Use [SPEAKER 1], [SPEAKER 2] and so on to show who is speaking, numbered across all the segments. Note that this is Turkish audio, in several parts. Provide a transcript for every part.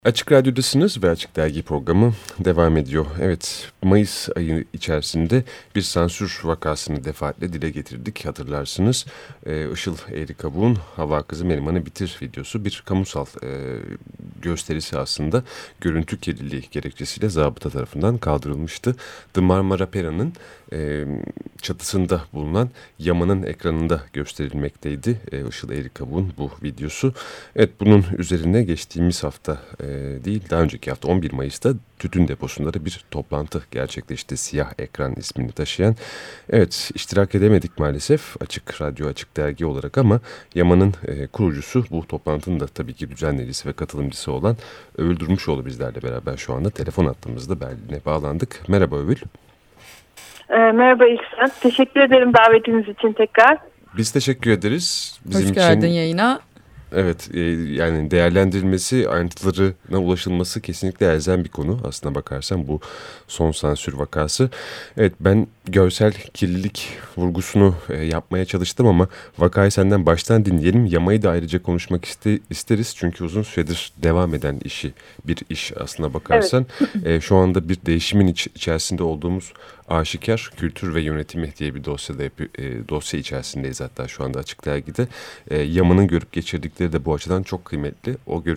[SPEAKER 1] Açık Radyo'dasınız ve Açık Dergi programı devam ediyor. Evet, Mayıs ayı içerisinde bir sansür vakasını defaatle dile getirdik, hatırlarsınız. Işıl Eğrikabuğ'un Hava Kızı Meriman'ı Bitir videosu bir kamusal gösterisi aslında. Görüntü kirliliği gerekçesiyle zabıta tarafından kaldırılmıştı. The Marmara Pera'nın çatısında bulunan Yaman'ın ekranında gösterilmekteydi. Işıl Eğrikabuğ'un bu videosu. Evet, bunun üzerine geçtiğimiz hafta değil, daha önceki hafta 11 Mayıs'ta tütün deposunda da bir toplantı gerçekleşti. Siyah Ekran ismini taşıyan. Evet, iştirak edemedik maalesef Açık Radyo, Açık Dergi olarak ama Yaman'ın kurucusu, bu toplantının da tabii ki düzenleyicisi ve katılımcısı olan Övül Durmuşoğlu bizlerle beraber şu anda telefon attığımızda Berlin'e bağlandık. Merhaba Övül.
[SPEAKER 2] Merhaba İhsan. Teşekkür ederim davetiniz için tekrar.
[SPEAKER 1] Biz teşekkür ederiz.
[SPEAKER 3] Hoş geldin yayına.
[SPEAKER 1] Evet, yani değerlendirilmesi, ayrıntılarına ulaşılması kesinlikle elzem bir konu. Aslına bakarsan bu son sansür vakası. Evet, ben görsel kirlilik vurgusunu yapmaya çalıştım ama vakayı senden baştan dinleyelim. Yamayı da ayrıca konuşmak isteriz. Çünkü uzun süredir devam eden bir iş aslına bakarsan. Evet. Şu anda bir değişimin içerisinde olduğumuz aşikar. Kültür ve Yönetimi diye bir dosya içerisindeyiz hatta şu anda Açık Dergi'de. Yaman'ın görüp geçirdikleri de bu açıdan çok kıymetli.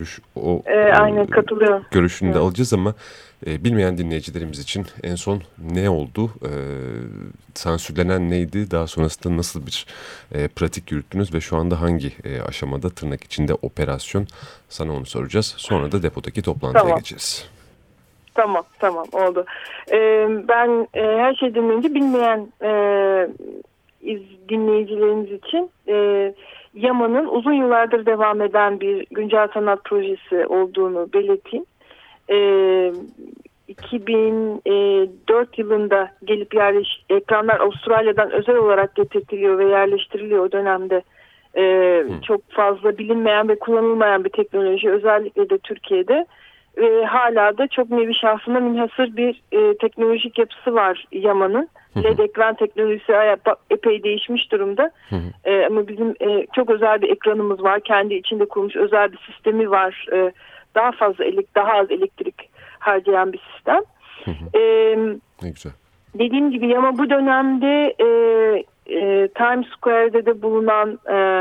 [SPEAKER 2] Aynen katılıyorum.
[SPEAKER 1] Görüşünü de alacağız ama bilmeyen dinleyicilerimiz için en son ne oldu? Sansürlenen neydi? Daha sonrasında nasıl bir pratik yürüttünüz ve şu anda hangi aşamada tırnak içinde operasyon? Sana onu soracağız. Sonra da depodaki toplantıya geçeriz.
[SPEAKER 2] Tamam oldu. Ben her şeyden önce bilmeyen dinleyicilerimiz için Yaman'ın uzun yıllardır devam eden bir güncel sanat projesi olduğunu belirteyim. 2004 yılında gelip ekranlar Avustralya'dan özel olarak getirtiliyor ve yerleştiriliyor o dönemde. Çok fazla bilinmeyen ve kullanılmayan bir teknoloji, özellikle de Türkiye'de. Hala da çok nevi şahsına münhasır bir teknolojik yapısı var Yaman'ın. LED ekran teknolojisi epey değişmiş durumda. Ama bizim çok özel bir ekranımız var. Kendi içinde kurmuş özel bir sistemi var. Daha az elektrik harcayan bir sistem.
[SPEAKER 1] Ne güzel.
[SPEAKER 2] Dediğim gibi Yaman bu dönemde Times Square'de de bulunan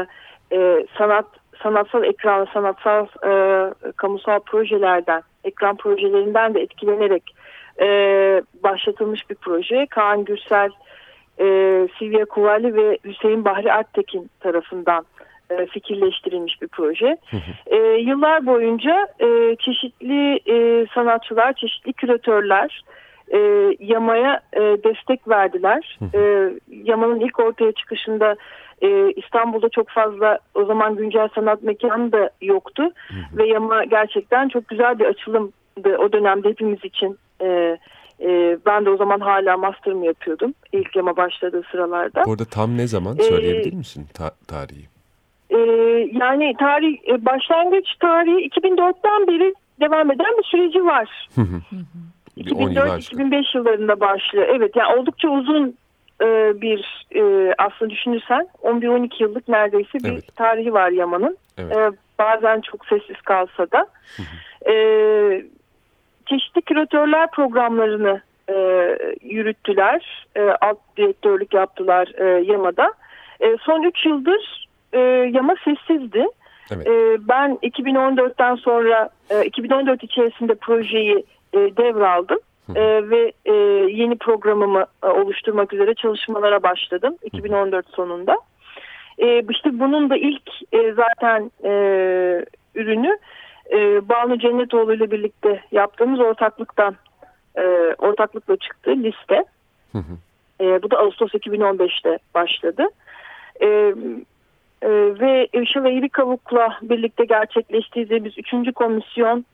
[SPEAKER 2] sanatsal kamusal projelerden, ekran projelerinden de etkilenerek başlatılmış bir proje. Kaan Gürsel, Silvia Kuvalli ve Hüseyin Bahri Alptekin tarafından fikirleştirilmiş bir proje. Yıllar boyunca çeşitli sanatçılar, çeşitli küratörler Yama'ya destek verdiler. Yaman'ın ilk ortaya çıkışında İstanbul'da çok fazla o zaman güncel sanat mekanı da yoktu. Ve Yama gerçekten çok güzel bir açılımdı o dönemde hepimiz için. Ben de o zaman hala master'ımı yapıyordum ilk Yama başladığı sıralarda.
[SPEAKER 1] Orada tam ne zaman söyleyebilir misin tarihi?
[SPEAKER 2] Yani başlangıç tarihi 2004'ten beri devam eden bir süreci var. 2004-2005 yıllarında başlıyor. Evet, yani oldukça uzun bir aslında düşünürsen 11-12 yıllık neredeyse bir tarihi var Yaman'ın. Evet. Bazen çok sessiz kalsa da. Çeşitli küratörler programlarını yürüttüler. Alt direktörlük yaptılar Yama'da. Son 3 yıldır Yama sessizdi. Evet. Ben 2014'ten sonra 2014 içerisinde projeyi devraldım. Ve yeni programımı oluşturmak üzere çalışmalara başladım 2014 sonunda. İşte bunun da ilk zaten ürünü Banu Cennetoğlu ile birlikte yaptığımız ortaklıkla çıktı liste. Bu da Ağustos 2015'te başladı. Ve Işıl Eğrikabuk'la birlikte gerçekleştirdiğimiz 3. komisyon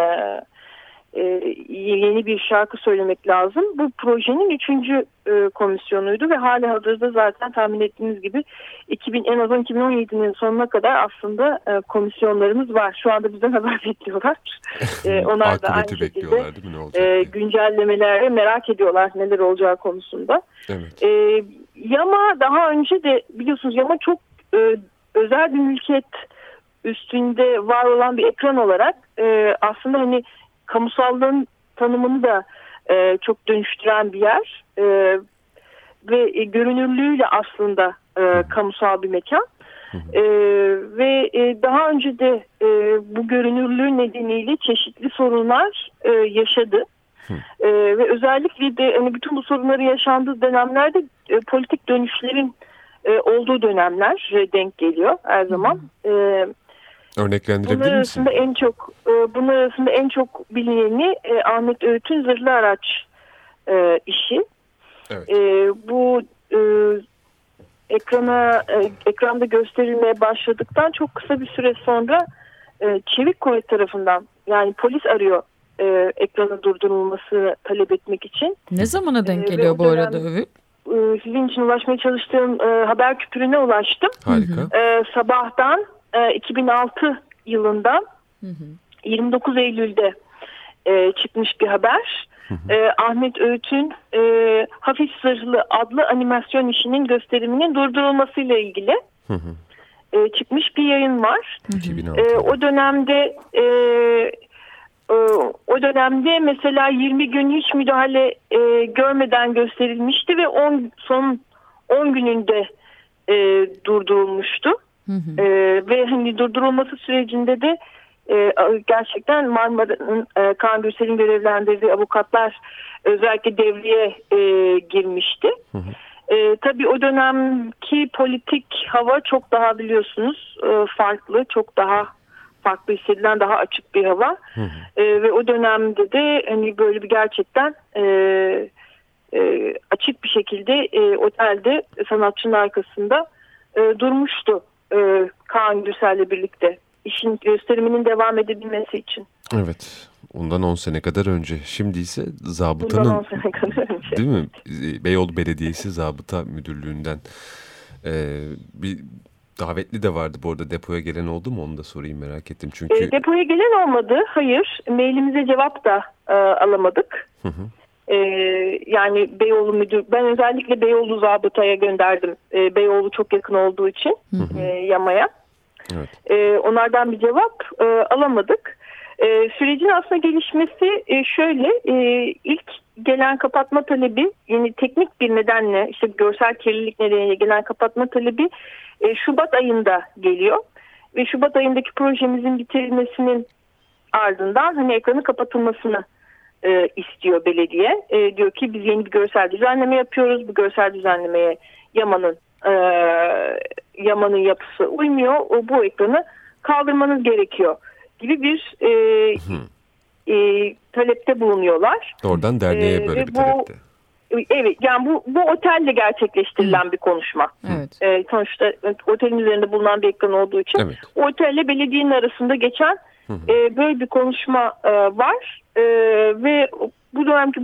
[SPEAKER 2] yeni bir şarkı söylemek lazım. Bu projenin 3. komisyonuydu ve halihazırda zaten tahmin ettiğiniz gibi en azından 2017'nin sonuna kadar aslında komisyonlarımız var. Şu anda bizden haber bekliyorlar. Onlar da aynı şekilde güncellemeleri merak ediyorlar neler olacağı konusunda. Evet. Yama daha önce de biliyorsunuz Yama çok özel bir mülkiyet üstünde var olan bir ekran olarak aslında hani kamusallığın tanımını da çok dönüştüren bir yer ve görünürlüğüyle aslında kamusal bir mekan. Ve daha önce de bu görünürlüğü nedeniyle çeşitli sorunlar yaşadı. Ve özellikle de hani bütün bu sorunları yaşandığı dönemlerde politik dönüşlerin olduğu dönemler denk geliyor her zaman.
[SPEAKER 1] Örneklendirebilir misin?
[SPEAKER 2] Bunlar arasında en çok bilineni Ahmet Öğüt'ün zırhlı araç işi.
[SPEAKER 1] Evet.
[SPEAKER 2] Bu ekranda gösterilmeye başladıktan çok kısa bir süre sonra Çevik Kuvvet tarafından, yani polis arıyor ekranın durdurulmasını talep etmek için.
[SPEAKER 3] Ne zamana denk geliyor bu arada Övül?
[SPEAKER 2] Sizin için ulaşmaya çalıştığım haber küpürüne ulaştım.
[SPEAKER 1] Harika.
[SPEAKER 2] Sabahtan 2006 yılından 29 Eylül'de çıkmış bir haber. Ahmet Öğüt'ün Hafif Zırhlı adlı animasyon işinin gösteriminin durdurulmasıyla ilgili çıkmış bir yayın var. O dönemde mesela 20 gün hiç müdahale görmeden gösterilmişti ve son 10 gününde durdurulmuştu. Ve hani durdurulması sürecinde de gerçekten Marmara'nın Kaan Gürsel'in görevlendirdiği avukatlar özellikle devreye girmişti. Tabii o dönemki politik hava çok daha biliyorsunuz farklı, çok daha farklı hissedilen, daha açık bir hava. Ve o dönemde de hani böyle bir gerçekten açık bir şekilde otelde sanatçının arkasında durmuştu Kaan Gürsel'le birlikte. İşin gösteriminin devam edebilmesi için.
[SPEAKER 1] Evet. Ondan 10 sene kadar önce. Şimdi ise zabıtanın...
[SPEAKER 2] Bundan 10 sene kadar önce.
[SPEAKER 1] Değil mi? Beyoğlu Belediyesi Zabıta Müdürlüğü'nden bir davetli de vardı. Bu arada depoya gelen oldu mu? Onu da sorayım, merak ettim. Çünkü
[SPEAKER 2] depoya gelen olmadı. Hayır. Mailimize cevap da alamadık. Yani Beyoğlu Müdür... Ben özellikle Beyoğlu Zabıta'ya gönderdim. Beyoğlu çok yakın olduğu için Yama'ya.
[SPEAKER 1] Evet.
[SPEAKER 2] Onlardan bir cevap alamadık. Sürecin aslında gelişmesi şöyle, ilk gelen kapatma talebi, yani teknik bir nedenle, işte görsel kirlilik nedeniyle gelen kapatma talebi Şubat ayında geliyor ve Şubat ayındaki projemizin bitirilmesinin ardından hani ekranın kapatılmasını istiyor belediye. Diyor ki biz yeni bir görsel düzenleme yapıyoruz. Bu görsel düzenlemeye Yaman'ın yapısı uymuyor. Bu ekranı kaldırmanız gerekiyor gibi bir talepte bulunuyorlar.
[SPEAKER 1] Oradan derneğe böyle bir talepte.
[SPEAKER 2] Evet, yani bu otelle gerçekleştirilen bir konuşma.
[SPEAKER 3] Evet.
[SPEAKER 2] Sonuçta otelin üzerinde bulunan bir ekran olduğu için o otelle belediyenin arasında geçen böyle bir konuşma var. Ve bu dönemki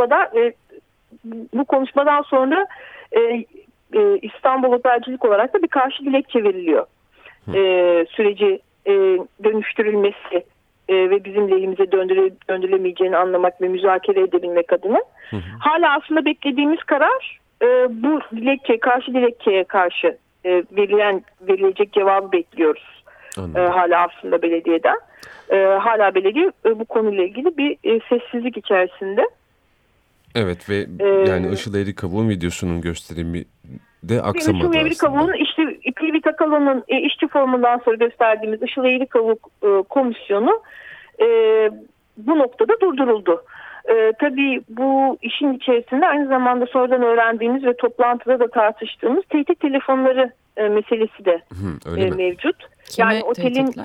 [SPEAKER 2] bu konuşmadan sonra İstanbul Otelcilik olarak da bir karşı dilekçe veriliyor. Süreci dönüştürülmesi ve bizim lehimize döndürülemeyeceğini anlamak ve müzakere edebilmek adına. Hala aslında beklediğimiz karar bu karşı dilekçeye karşı verilecek cevabı bekliyoruz. Hala aslında belediyeden. Hala belediye bu konuyla ilgili bir sessizlik içerisinde.
[SPEAKER 1] Evet ve yani Işıl Eğrikavuğ'un videosunun gösterimi de aksamadı aslında.
[SPEAKER 2] Işıl Eğrikavuğ'un işte İpli Vitakala'nın işçi forumundan sonra gösterdiğimiz Işıl Eğrikavuk komisyonu bu noktada durduruldu. Tabii bu işin içerisinde aynı zamanda sonradan öğrendiğimiz ve toplantıda da tartıştığımız tehdit telefonları meselesi de mevcut.
[SPEAKER 3] Kime
[SPEAKER 2] yani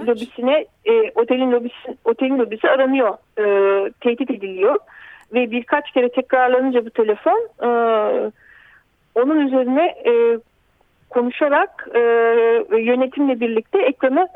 [SPEAKER 2] otelin lobisi aranıyor, tehdit ediliyor ve birkaç kere tekrarlanınca bu telefon onun üzerine konuşarak yönetimle birlikte ekranı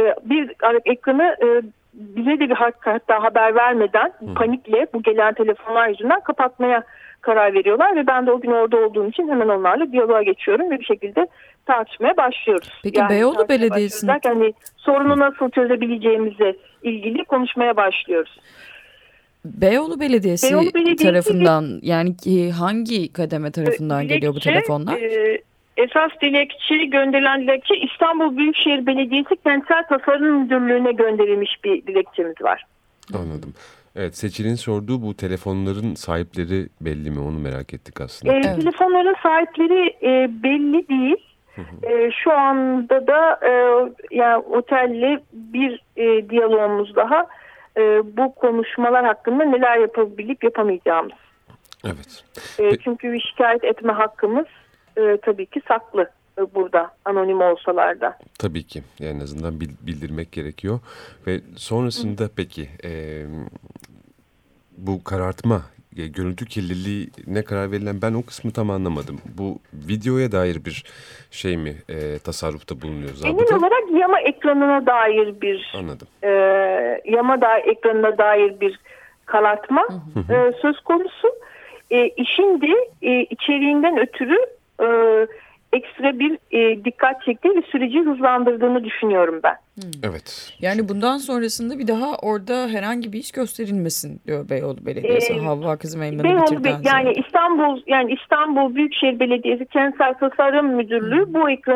[SPEAKER 2] bize de bir hatta haber vermeden panikle bu gelen telefonlar yüzünden kapatmaya karar veriyorlar ve ben de o gün orada olduğum için hemen onlarla diyaloğa geçiyorum ve bir şekilde tartışmaya başlıyoruz.
[SPEAKER 3] Peki yani Beyoğlu Belediyesi'nin
[SPEAKER 2] hani sorunu nasıl çözebileceğimize ilgili konuşmaya başlıyoruz.
[SPEAKER 3] Beyoğlu Belediyesi tarafından yani hangi kademe tarafından geliyor bu telefonlar?
[SPEAKER 2] esas dilekçe, gönderilen dilekçe İstanbul Büyükşehir Belediyesi Kentsel Tasarım Müdürlüğü'ne gönderilmiş bir dilekçemiz var.
[SPEAKER 1] Anladım. Evet, Seçil'in sorduğu bu telefonların sahipleri belli mi? Onu merak ettik aslında.
[SPEAKER 3] Evet.
[SPEAKER 2] Telefonların sahipleri belli değil. Şu anda da yani otelle bir diyalogumuz daha bu konuşmalar hakkında neler yapabilip yapamayacağımız.
[SPEAKER 1] Evet.
[SPEAKER 2] Çünkü bir şikayet etme hakkımız tabii ki saklı burada, anonim olsalar da.
[SPEAKER 1] Tabii ki. Yani en azından bildirmek gerekiyor. Ve sonrasında peki bu karartma, görüntü kirliliğine karar verilen, ben o kısmı tam anlamadım. Bu videoya dair bir şey mi tasarrufta bulunuyor zabıta?
[SPEAKER 2] Genel olarak yama ekranına dair bir
[SPEAKER 1] Anladım.
[SPEAKER 2] Ekranına dair bir karartma söz konusu. İşin de içeriğinden ötürü ekstra bir dikkat çektiği ve süreci hızlandırdığını düşünüyorum ben.
[SPEAKER 1] Evet.
[SPEAKER 3] Yani bundan sonrasında bir daha orada herhangi bir iş gösterilmesin diyor Beyoğlu Belediyesi. Havva Kızım Elman'ı bitirden
[SPEAKER 2] yani İstanbul Büyükşehir Belediyesi Kentsel Tasarım Müdürlüğü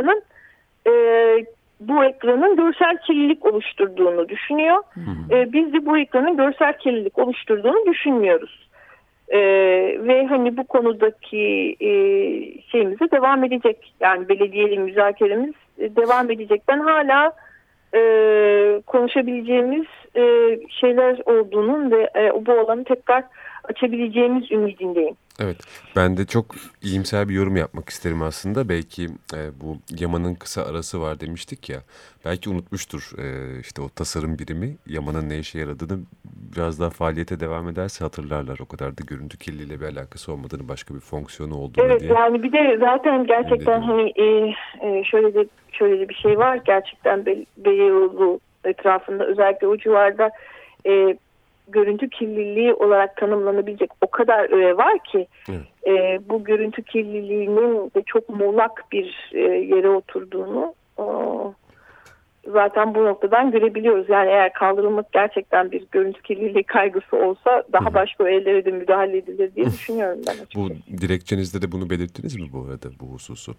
[SPEAKER 2] bu ekranın görsel kirlilik oluşturduğunu düşünüyor. Biz de bu ekranın görsel kirlilik oluşturduğunu düşünmüyoruz. Ve hani bu konudaki şeyimize devam edecek. Yani belediyeyle müzakeremiz devam edecek. Ben hala konuşabileceğimiz şeyler olduğunun ve bu alanı tekrar açabileceğimiz ümidindeyim.
[SPEAKER 1] Evet, ben de çok iyimser bir yorum yapmak isterim aslında. Belki bu Yaman'ın kısa arası var demiştik ya. Belki unutmuştur işte o tasarım birimi Yaman'ın ne işe yaradığını, biraz daha faaliyete devam ederse hatırlarlar. O kadar da görüntü kirliliğiyle bir alakası olmadığını, başka bir fonksiyonu olduğunu
[SPEAKER 2] evet,
[SPEAKER 1] diye.
[SPEAKER 2] Evet, yani bir de zaten gerçekten hani şöyle de bir şey var. Gerçekten Beyoğlu etrafında, özellikle o civarda görüntü kirliliği olarak tanımlanabilecek o kadar öğe var ki bu görüntü kirliliğinin de çok muğlak bir yere oturduğunu zaten bu noktadan görebiliyoruz. Yani eğer kaldırılmak gerçekten bir görüntü kirliliği kaygısı olsa daha başka öğelere de müdahale edilir diye düşünüyorum ben açıkçası.
[SPEAKER 1] Bu dilekçenizde de bunu belirttiniz mi bu arada, bu hususu?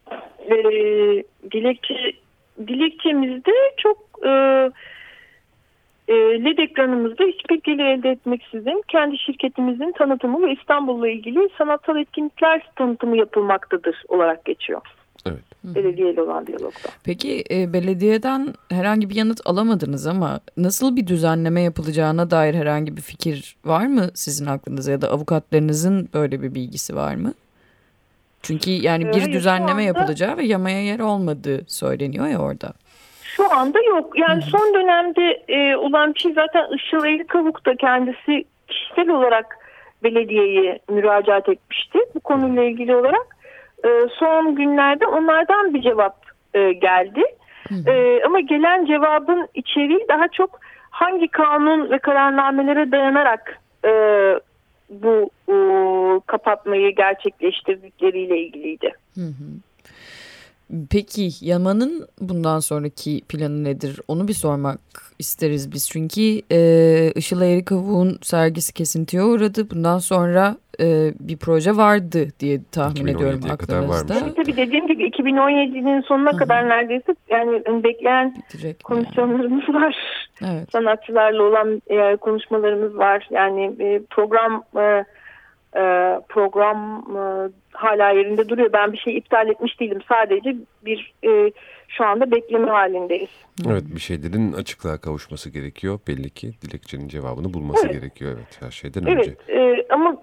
[SPEAKER 2] Dilekçemizde çok LED ekranımızda hiçbir gelir elde etmeksizin kendi şirketimizin tanıtımı ve İstanbul'la ilgili sanatsal etkinlikler tanıtımı yapılmaktadır olarak geçiyor.
[SPEAKER 1] Evet.
[SPEAKER 2] Belediyeyle olan diyalogda.
[SPEAKER 3] Peki belediyeden herhangi bir yanıt alamadınız ama nasıl bir düzenleme yapılacağına dair herhangi bir fikir var mı sizin aklınızda, ya da avukatlarınızın böyle bir bilgisi var mı? Çünkü yani bir düzenleme yapılacağı ve yamaya yer olmadığı söyleniyor ya orada.
[SPEAKER 2] Şu anda yok. Yani son dönemde olan bir şey zaten Işıl Elikavuk da kendisi kişisel olarak belediyeye müracaat etmişti bu konuyla ilgili olarak. Son günlerde onlardan bir cevap geldi. Ama gelen cevabın içeriği daha çok hangi kanun ve kararnamelere dayanarak bu kapatmayı gerçekleştirdikleriyle ilgiliydi.
[SPEAKER 3] Peki Yaman'ın bundan sonraki planı nedir? Onu bir sormak isteriz biz. Çünkü Işıl Eğrikavuk'un sergisi kesintiye uğradı. Bundan sonra bir proje vardı diye tahmin ediyorum aklınızda.
[SPEAKER 2] Tabii dediğim gibi 2017'nin sonuna kadar neredeyse yani bekleyen komisyonlarımız var. Evet. Sanatçılarla olan konuşmalarımız var. Yani program hala yerinde duruyor. Ben bir şey iptal etmiş değilim. Sadece şu anda bekleme halindeyiz.
[SPEAKER 1] Evet, bir şeylerin açıklığa kavuşması gerekiyor. Belli ki dilekçenin cevabını bulması gerekiyor. Evet, her şeyden önce.
[SPEAKER 2] Evet, ama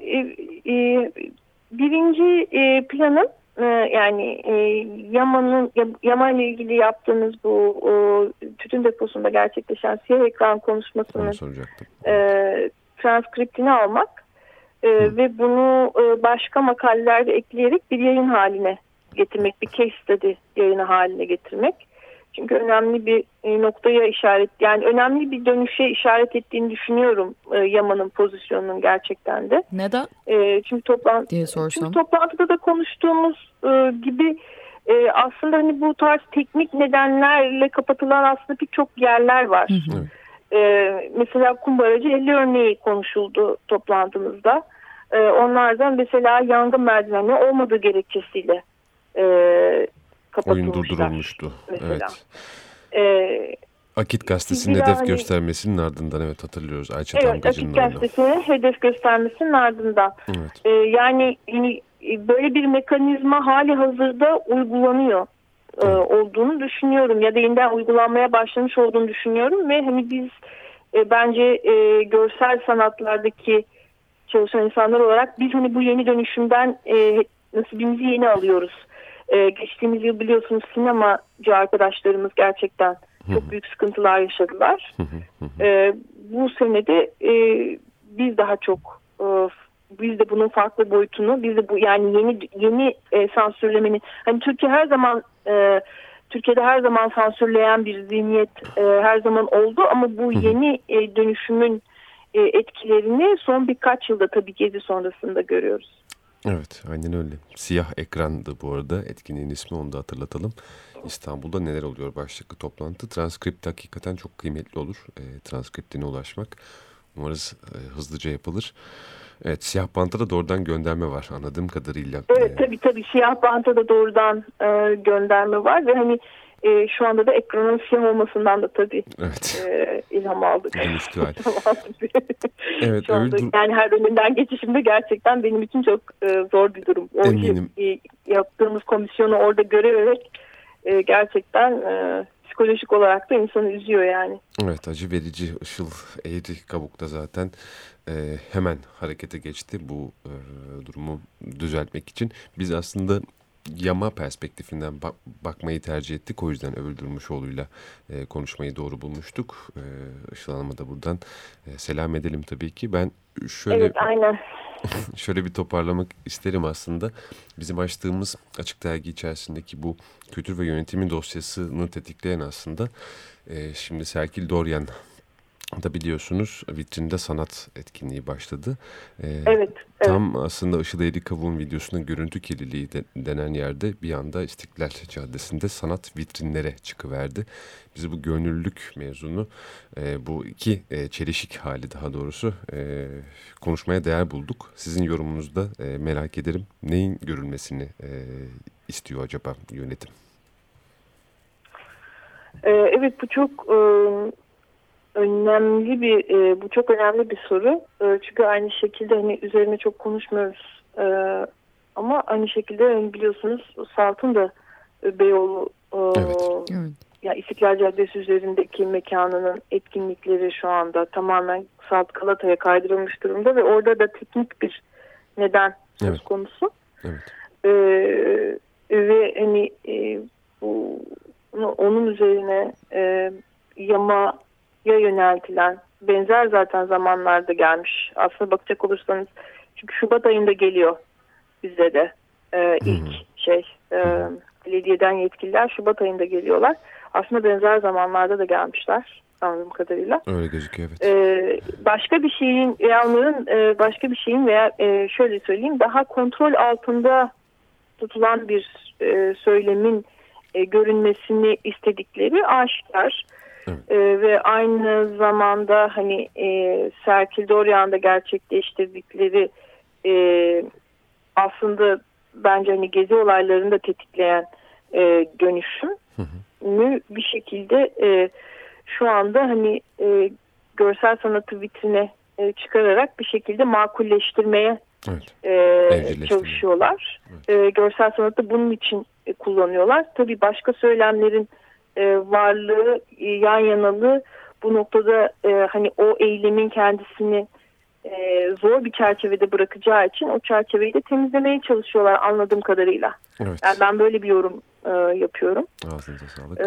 [SPEAKER 2] birinci planım yani Yaman ile ilgili yaptığımız bu tütün deposunda gerçekleşen siyah ekran konuşmasının transkriptini almak. Ve bunu başka makalelerde ekleyerek bir yayın haline getirmek, bir case study yayını haline getirmek. Çünkü önemli bir noktaya yani önemli bir dönüşe işaret ettiğini düşünüyorum Yaman'ın pozisyonunun gerçekten de.
[SPEAKER 3] Neden?
[SPEAKER 2] Çünkü toplantıda da konuştuğumuz gibi aslında hani bu tarz teknik nedenlerle kapatılan aslında birçok yerler var. Mesela kum barajı 50 örneği konuşuldu toplantımızda. Onlardan mesela yangın merdivenleri olmadığı gerekçesiyle
[SPEAKER 1] Oyun durdurulmuştu.
[SPEAKER 2] Mesela.
[SPEAKER 1] Evet. Akit Gazetesi'nin hedef göstermesinin ardından, evet, hatırlıyoruz. Ayça Damgacı'nın
[SPEAKER 2] oyunu. Akit Gazetesi'nin hedef göstermesinin ardından.
[SPEAKER 1] Evet.
[SPEAKER 2] Yani böyle bir mekanizma hali hazırda uygulanıyor olduğunu düşünüyorum. Ya da yeniden uygulanmaya başlamış olduğunu düşünüyorum. Ve hani biz bence görsel sanatlardaki çalışan insanlar olarak biz hani bu yeni dönüşümden nasibimizi yeni alıyoruz. Geçtiğimiz yıl biliyorsunuz sinemacı arkadaşlarımız gerçekten çok büyük sıkıntılar yaşadılar. Bu senede biz daha çok biz de bunun farklı boyutunu, biz de bu yani yeni sansürlemenin, hani Türkiye'de her zaman sansürleyen bir zihniyet her zaman oldu ama bu yeni dönüşümün etkilerini son birkaç yılda tabii Gezi sonrasında görüyoruz.
[SPEAKER 1] Evet, aynen öyle. Siyah ekrandı bu arada etkinliğin ismi, onu da hatırlatalım. İstanbul'da neler oluyor başlıklı toplantı. Transkript hakikaten çok kıymetli olur. Transkriptine ulaşmak. Umarız hızlıca yapılır. Evet, Siyah Bant'a da doğrudan gönderme var anladığım kadarıyla.
[SPEAKER 2] Evet, tabii Siyah Bant'a da doğrudan gönderme var ve hani şu anda da ekranın siyah olmasından da tabii ilham aldık.
[SPEAKER 1] Evet,
[SPEAKER 2] şu anda, yani her önünden geçişimde gerçekten benim için çok zor bir durum.
[SPEAKER 1] Eminim.
[SPEAKER 2] Yaptığımız komisyonu orada görerek gerçekten psikolojik olarak da insanı üzüyor yani.
[SPEAKER 1] Evet, acı verici. Işıl Eğri Kabuk'ta zaten hemen harekete geçti bu durumu düzeltmek için. Biz aslında yama perspektifinden bakmayı tercih ettik. O yüzden Övül Durmuşoğlu'yla konuşmayı doğru bulmuştuk. Işıl Hanım'a da buradan selam edelim tabii ki. Ben şöyle,
[SPEAKER 2] aynen.
[SPEAKER 1] şöyle bir toparlamak isterim aslında. Bizim açtığımız Açık Dergi içerisindeki bu kültür ve yönetimin dosyasını tetikleyen aslında şimdi Serkil Doryan da biliyorsunuz vitrinde sanat etkinliği başladı.
[SPEAKER 2] Evet.
[SPEAKER 1] Tam aslında Işıl Eğri Kabuk'un videosunun görüntü kirliliği denen yerde bir anda İstiklal Caddesi'nde sanat vitrinlere çıkıverdi. Bizi bu gönüllülük mevzunu, bu iki çelişik hali daha doğrusu konuşmaya değer bulduk. Sizin yorumunuzda merak ederim. Neyin görülmesini istiyor acaba yönetim?
[SPEAKER 2] Evet, bu çok çok önemli bir soru. Çünkü aynı şekilde hani üzerine çok konuşmuyoruz. Ama aynı şekilde hani biliyorsunuz Salt'ın da Beyoğlu yani İstiklal Caddesi üzerindeki mekanının etkinlikleri şu anda tamamen Salt Galata'ya kaydırılmış durumda ve orada da teknik bir neden söz konusu.
[SPEAKER 1] Evet.
[SPEAKER 2] Ve hani onun üzerine yamaya yöneltilen benzer zaten zamanlarda gelmiş. Aslında bakacak olursanız çünkü Şubat ayında geliyor bize de ilk belediyeden yetkililer Şubat ayında geliyorlar. Aslında benzer zamanlarda da gelmişler anladığım kadarıyla.
[SPEAKER 1] Öyle gözüküyor, evet.
[SPEAKER 2] Başka bir şeyin veya şöyle söyleyeyim, daha kontrol altında tutulan bir söylemin görünmesini istedikleri aşikar. Ve aynı zamanda hani Serkil Doryan'da gerçekleştirdikleri aslında bence hani Gezi olaylarını da tetikleyen dönüşümü bir şekilde şu anda hani görsel sanatı vitrine çıkararak bir şekilde makulleştirmeye çalışıyorlar. Görsel sanatı bunun için kullanıyorlar. Tabii başka söylemlerin varlığı, yan yanalığı bu noktada hani o eylemin kendisini zor bir çerçevede bırakacağı için o çerçeveyi de temizlemeye çalışıyorlar anladığım kadarıyla.
[SPEAKER 1] Evet.
[SPEAKER 2] Yani ben böyle bir yorum yapıyorum.
[SPEAKER 1] Ağzınıza sağlık.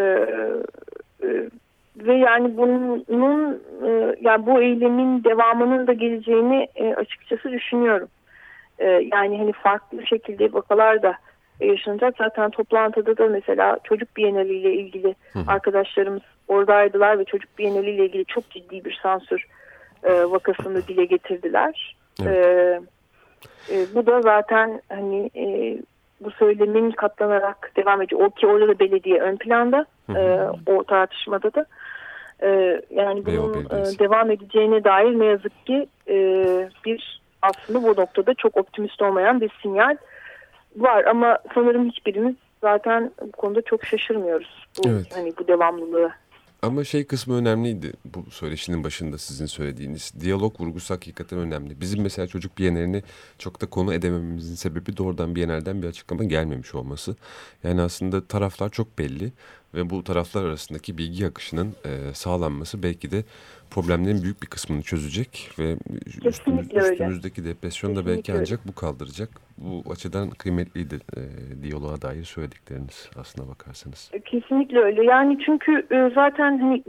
[SPEAKER 2] Ve yani bunun yani bu eylemin devamının da geleceğini açıkçası düşünüyorum. Yani hani farklı şekilde vakalar da yaşanacak. Zaten toplantıda da mesela Çocuk Bienali ile ilgili arkadaşlarımız oradaydılar ve Çocuk Bienali ile ilgili çok ciddi bir sansür vakasını dile getirdiler.
[SPEAKER 1] Evet.
[SPEAKER 2] Bu da zaten hani bu söylemin katlanarak devam ediyor. O ki orada da belediye ön planda o tartışmada da yani bunun devam edeceğine dair ne yazık ki bir aslında bu noktada çok optimist olmayan bir sinyal var ama sanırım hiçbirimiz zaten bu konuda çok şaşırmıyoruz.
[SPEAKER 1] Evet.
[SPEAKER 2] Hani bu devamlılığı.
[SPEAKER 1] Ama şey kısmı önemliydi bu söyleşinin başında sizin söylediğiniz. Diyalog vurgusu hakikaten önemli. Bizim mesela Çocuk Bienalini çok da konu edemememizin sebebi doğrudan Bienal'den bir açıklama gelmemiş olması. Yani aslında taraflar çok belli ve bu taraflar arasındaki bilgi akışının sağlanması belki de problemlerin büyük bir kısmını çözecek ve üstümüzdeki depresyonu da belki ancak bu kaldıracak. Bu açıdan kıymetliydi diyaloğa dair söyledikleriniz aslına bakarsanız.
[SPEAKER 2] Kesinlikle öyle. Yani çünkü zaten hani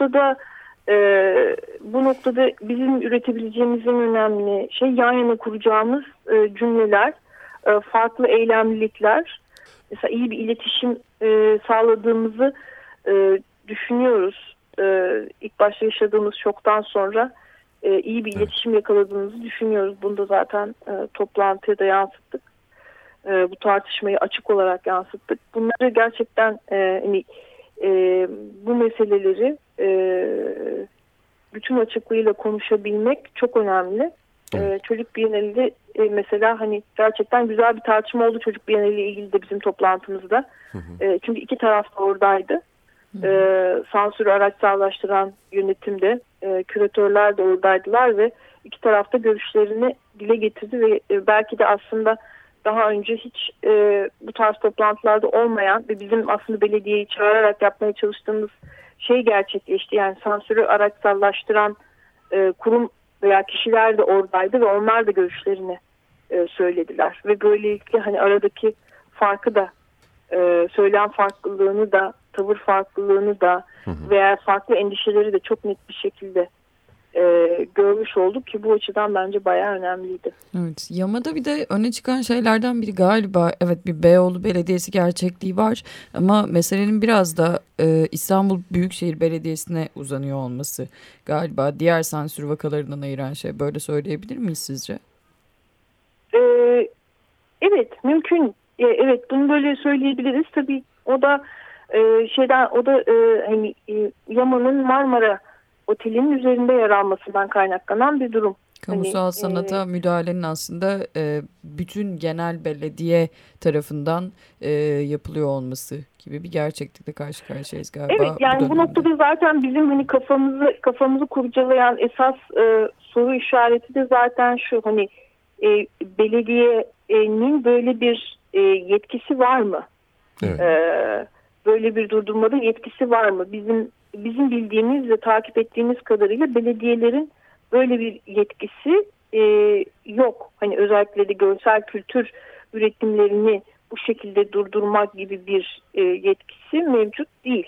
[SPEAKER 2] bu noktada bizim üretebileceğimiz en önemli şey yan yana kuracağımız cümleler, farklı eylemlilikler. Mesela iyi bir iletişim sağladığımızı düşünüyoruz. İlk başta yaşadığımız şoktan sonra iyi bir iletişim yakaladığımızı düşünüyoruz. Bunu da zaten toplantıya da yansıttık. Bu tartışmayı açık olarak yansıttık. Bunları gerçekten bu meseleleri bütün açıklığıyla konuşabilmek çok önemli. Çocuk Bienali'de mesela hani gerçekten güzel bir tartışma oldu Çocuk Bienali ile ilgili de bizim toplantımızda. Çünkü iki taraf da oradaydı. Sansürü araçsallaştıran yönetimde, küratörler de oradaydılar ve iki tarafta görüşlerini dile getirdi ve belki de aslında daha önce hiç bu tarz toplantılarda olmayan ve bizim aslında belediyeyi çağırarak yapmaya çalıştığımız şey gerçekleşti. Yani sansürü araçsallaştıran kurum veya kişiler de oradaydı ve onlar da görüşlerini söylediler. Ve böylelikle hani aradaki farkı da söylem farklılığını da tavır farklılığını da veya farklı endişeleri de çok net bir şekilde görmüş olduk ki bu açıdan bence bayağı önemliydi.
[SPEAKER 3] Evet, Yama'da bir de öne çıkan şeylerden biri galiba evet bir Beyoğlu Belediyesi gerçekliği var ama meselenin biraz da İstanbul Büyükşehir Belediyesi'ne uzanıyor olması galiba diğer sansür vakalarından ayıran şey. Böyle söyleyebilir miyiz sizce?
[SPEAKER 2] Evet, mümkün. Evet, bunu böyle söyleyebiliriz. Tabii o da hani Yama'nın Marmara Oteli'nin üzerinde yer almasından kaynaklanan bir durum.
[SPEAKER 3] Kamusal sanata müdahalenin aslında bütün genel belediye tarafından yapılıyor olması gibi bir gerçeklikle karşı karşıyayız galiba.
[SPEAKER 2] Evet, yani bu noktada zaten bizim hani kafamızı kurcalayan esas soru işareti de zaten şu, hani belediyenin böyle bir yetkisi var mı?
[SPEAKER 1] Evet.
[SPEAKER 2] Böyle bir durdurmada yetkisi var mı? Bizim bildiğimiz ve takip ettiğimiz kadarıyla belediyelerin böyle bir yetkisi yok. Hani özellikle de görsel kültür üretimlerini bu şekilde durdurmak gibi bir yetkisi mevcut değil.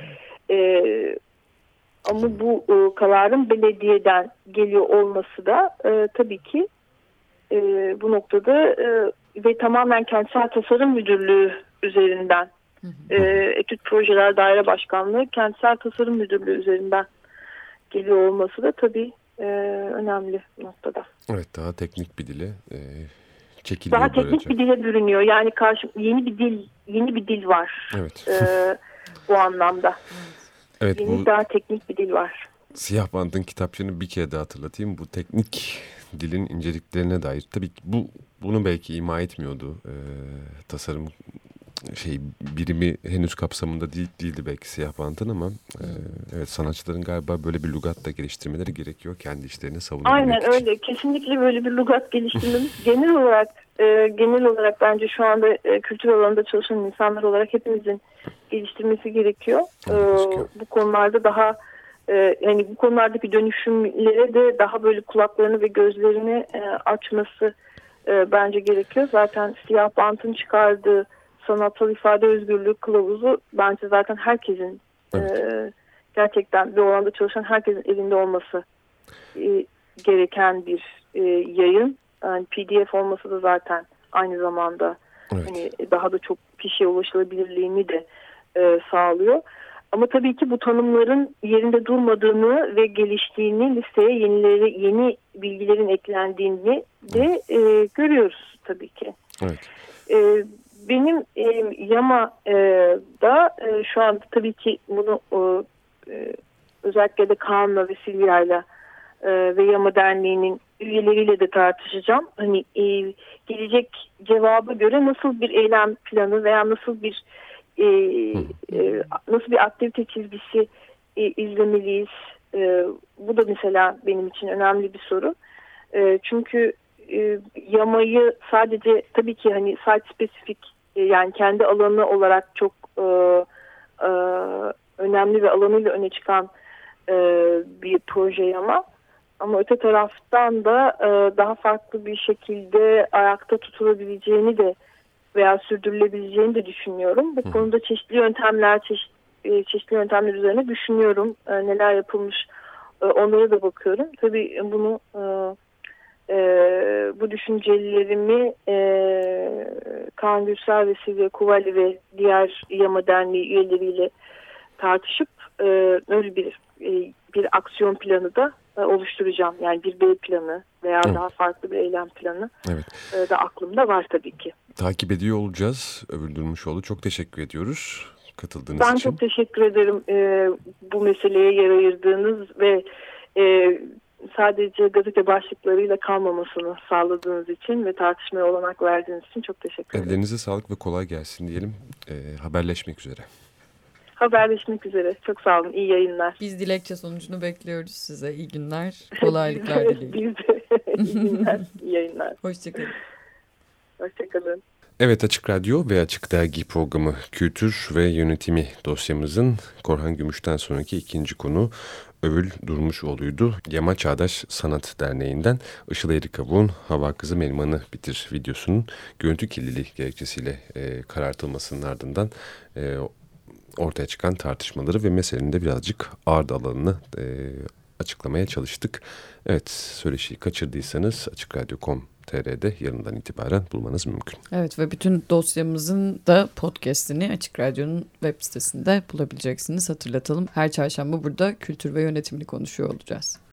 [SPEAKER 2] Ama bu kararın belediyeden geliyor olması da tabii ki bu noktada ve tamamen Kentsel Tasarım Müdürlüğü üzerinden Etüt Projeler Daire Başkanlığı Kentsel Tasarım Müdürlüğü üzerinden geliyor olması da tabii önemli noktada.
[SPEAKER 1] Evet, daha teknik bir dile çekiliyor.
[SPEAKER 2] Daha teknik bir dile bürünüyor. Yani yeni bir dil var.
[SPEAKER 1] Evet.
[SPEAKER 2] Bu anlamda.
[SPEAKER 1] Evet,
[SPEAKER 2] daha teknik bir dil var.
[SPEAKER 1] Siyah Band'ın kitapçığını bir kere daha hatırlatayım. Bu teknik dilin inceliklerine dair. Tabii ki bunu belki ima etmiyordu tasarım birimi henüz kapsamında değildi belki Siyah Band'ın ama evet, sanatçıların galiba böyle bir lügat da geliştirmeleri gerekiyor kendi işlerini savunabilmek
[SPEAKER 2] Aynen
[SPEAKER 1] için.
[SPEAKER 2] Öyle. Kesinlikle böyle bir lügat geliştirmemiz genel olarak bence şu anda kültür alanında çalışan insanlar olarak hepimizin geliştirmesi gerekiyor. Bu konularda daha yani bu konulardaki dönüşümlere de daha böyle kulaklarını ve gözlerini açması bence gerekiyor. Zaten Siyah Band'ın çıkardığı sanatsal ifade özgürlüğü kılavuzu bence zaten herkesin gerçekten bir alanda çalışan herkesin elinde olması gereken bir yayın. Yani PDF olması da zaten aynı zamanda hani daha da çok kişiye ulaşılabilirliğini de sağlıyor. Ama tabii ki bu tanımların yerinde durmadığını ve geliştiğini, listeye yeni bilgilerin eklendiğini de görüyoruz tabii ki.
[SPEAKER 1] Evet.
[SPEAKER 2] Benim Yama'da şu anda tabii ki bunu özellikle de Kaan'la ve Silvia'yla ve Yama Derneği'nin üyeleriyle de tartışacağım. Hani gelecek cevaba göre nasıl bir eylem planı veya nasıl bir aktivite çizgisi izlemeliyiz. Bu da mesela benim için önemli bir soru. Çünkü yamayı sadece tabii ki hani site spesifik yani kendi alanı olarak çok önemli ve alanıyla öne çıkan bir proje yama. Ama öte taraftan da daha farklı bir şekilde ayakta tutulabileceğini de veya sürdürülebileceğini de düşünüyorum. Bu konuda çeşitli yöntemler üzerine düşünüyorum. Neler yapılmış onlara da bakıyorum. Tabii bunu bu düşüncelerimi Kaan Gürsel ve Silvia Kuvali ve diğer Yama Derneği üyeleriyle tartışıp öyle bir aksiyon planı da oluşturacağım. Yani bir B planı veya daha farklı bir eylem planı da aklımda var tabii ki.
[SPEAKER 1] Takip ediyor olacağız. Övül Durmuşoğlu, çok teşekkür ediyoruz katıldığınız için.
[SPEAKER 2] Ben çok teşekkür ederim bu meseleye yer ayırdığınız ve sadece gazete başlıklarıyla kalmamasını sağladığınız için ve tartışmaya olanak verdiğiniz için çok teşekkür ederim.
[SPEAKER 1] Ellerinize sağlık ve kolay gelsin diyelim. Haberleşmek üzere.
[SPEAKER 2] Haberleşmek üzere. Çok sağ olun. İyi yayınlar.
[SPEAKER 3] Biz dilekçe sonucunu bekliyoruz size. İyi günler. Kolaylıklar dileyelim.
[SPEAKER 2] Biz de. İyi günler. İyi yayınlar.
[SPEAKER 3] Hoşçakalın.
[SPEAKER 2] Hoşçakalın.
[SPEAKER 1] Evet, Açık Radyo ve Açık Dergi programı Kültür ve Yönetimi dosyamızın Korhan Gümüş'ten sonraki ikinci konu Övül Durmuşoğlu'ydu. Yama Çağdaş Sanat Derneği'nden Işıl Eğrikavuk'un Hava Kızım Elmanı Bitir videosunun görüntü kirliliği gerekçesiyle karartılmasının ardından ortaya çıkan tartışmaları ve meselenin de birazcık ağır alanını açıklamaya çalıştık. Evet, söyleşiyi kaçırdıysanız açıkradyo.com.tr'de yarından itibaren bulmanız mümkün.
[SPEAKER 3] Evet ve bütün dosyamızın da podcast'ini Açık Radyo'nun web sitesinde bulabileceksiniz. Hatırlatalım, her çarşamba burada kültür ve yönetimini konuşuyor olacağız.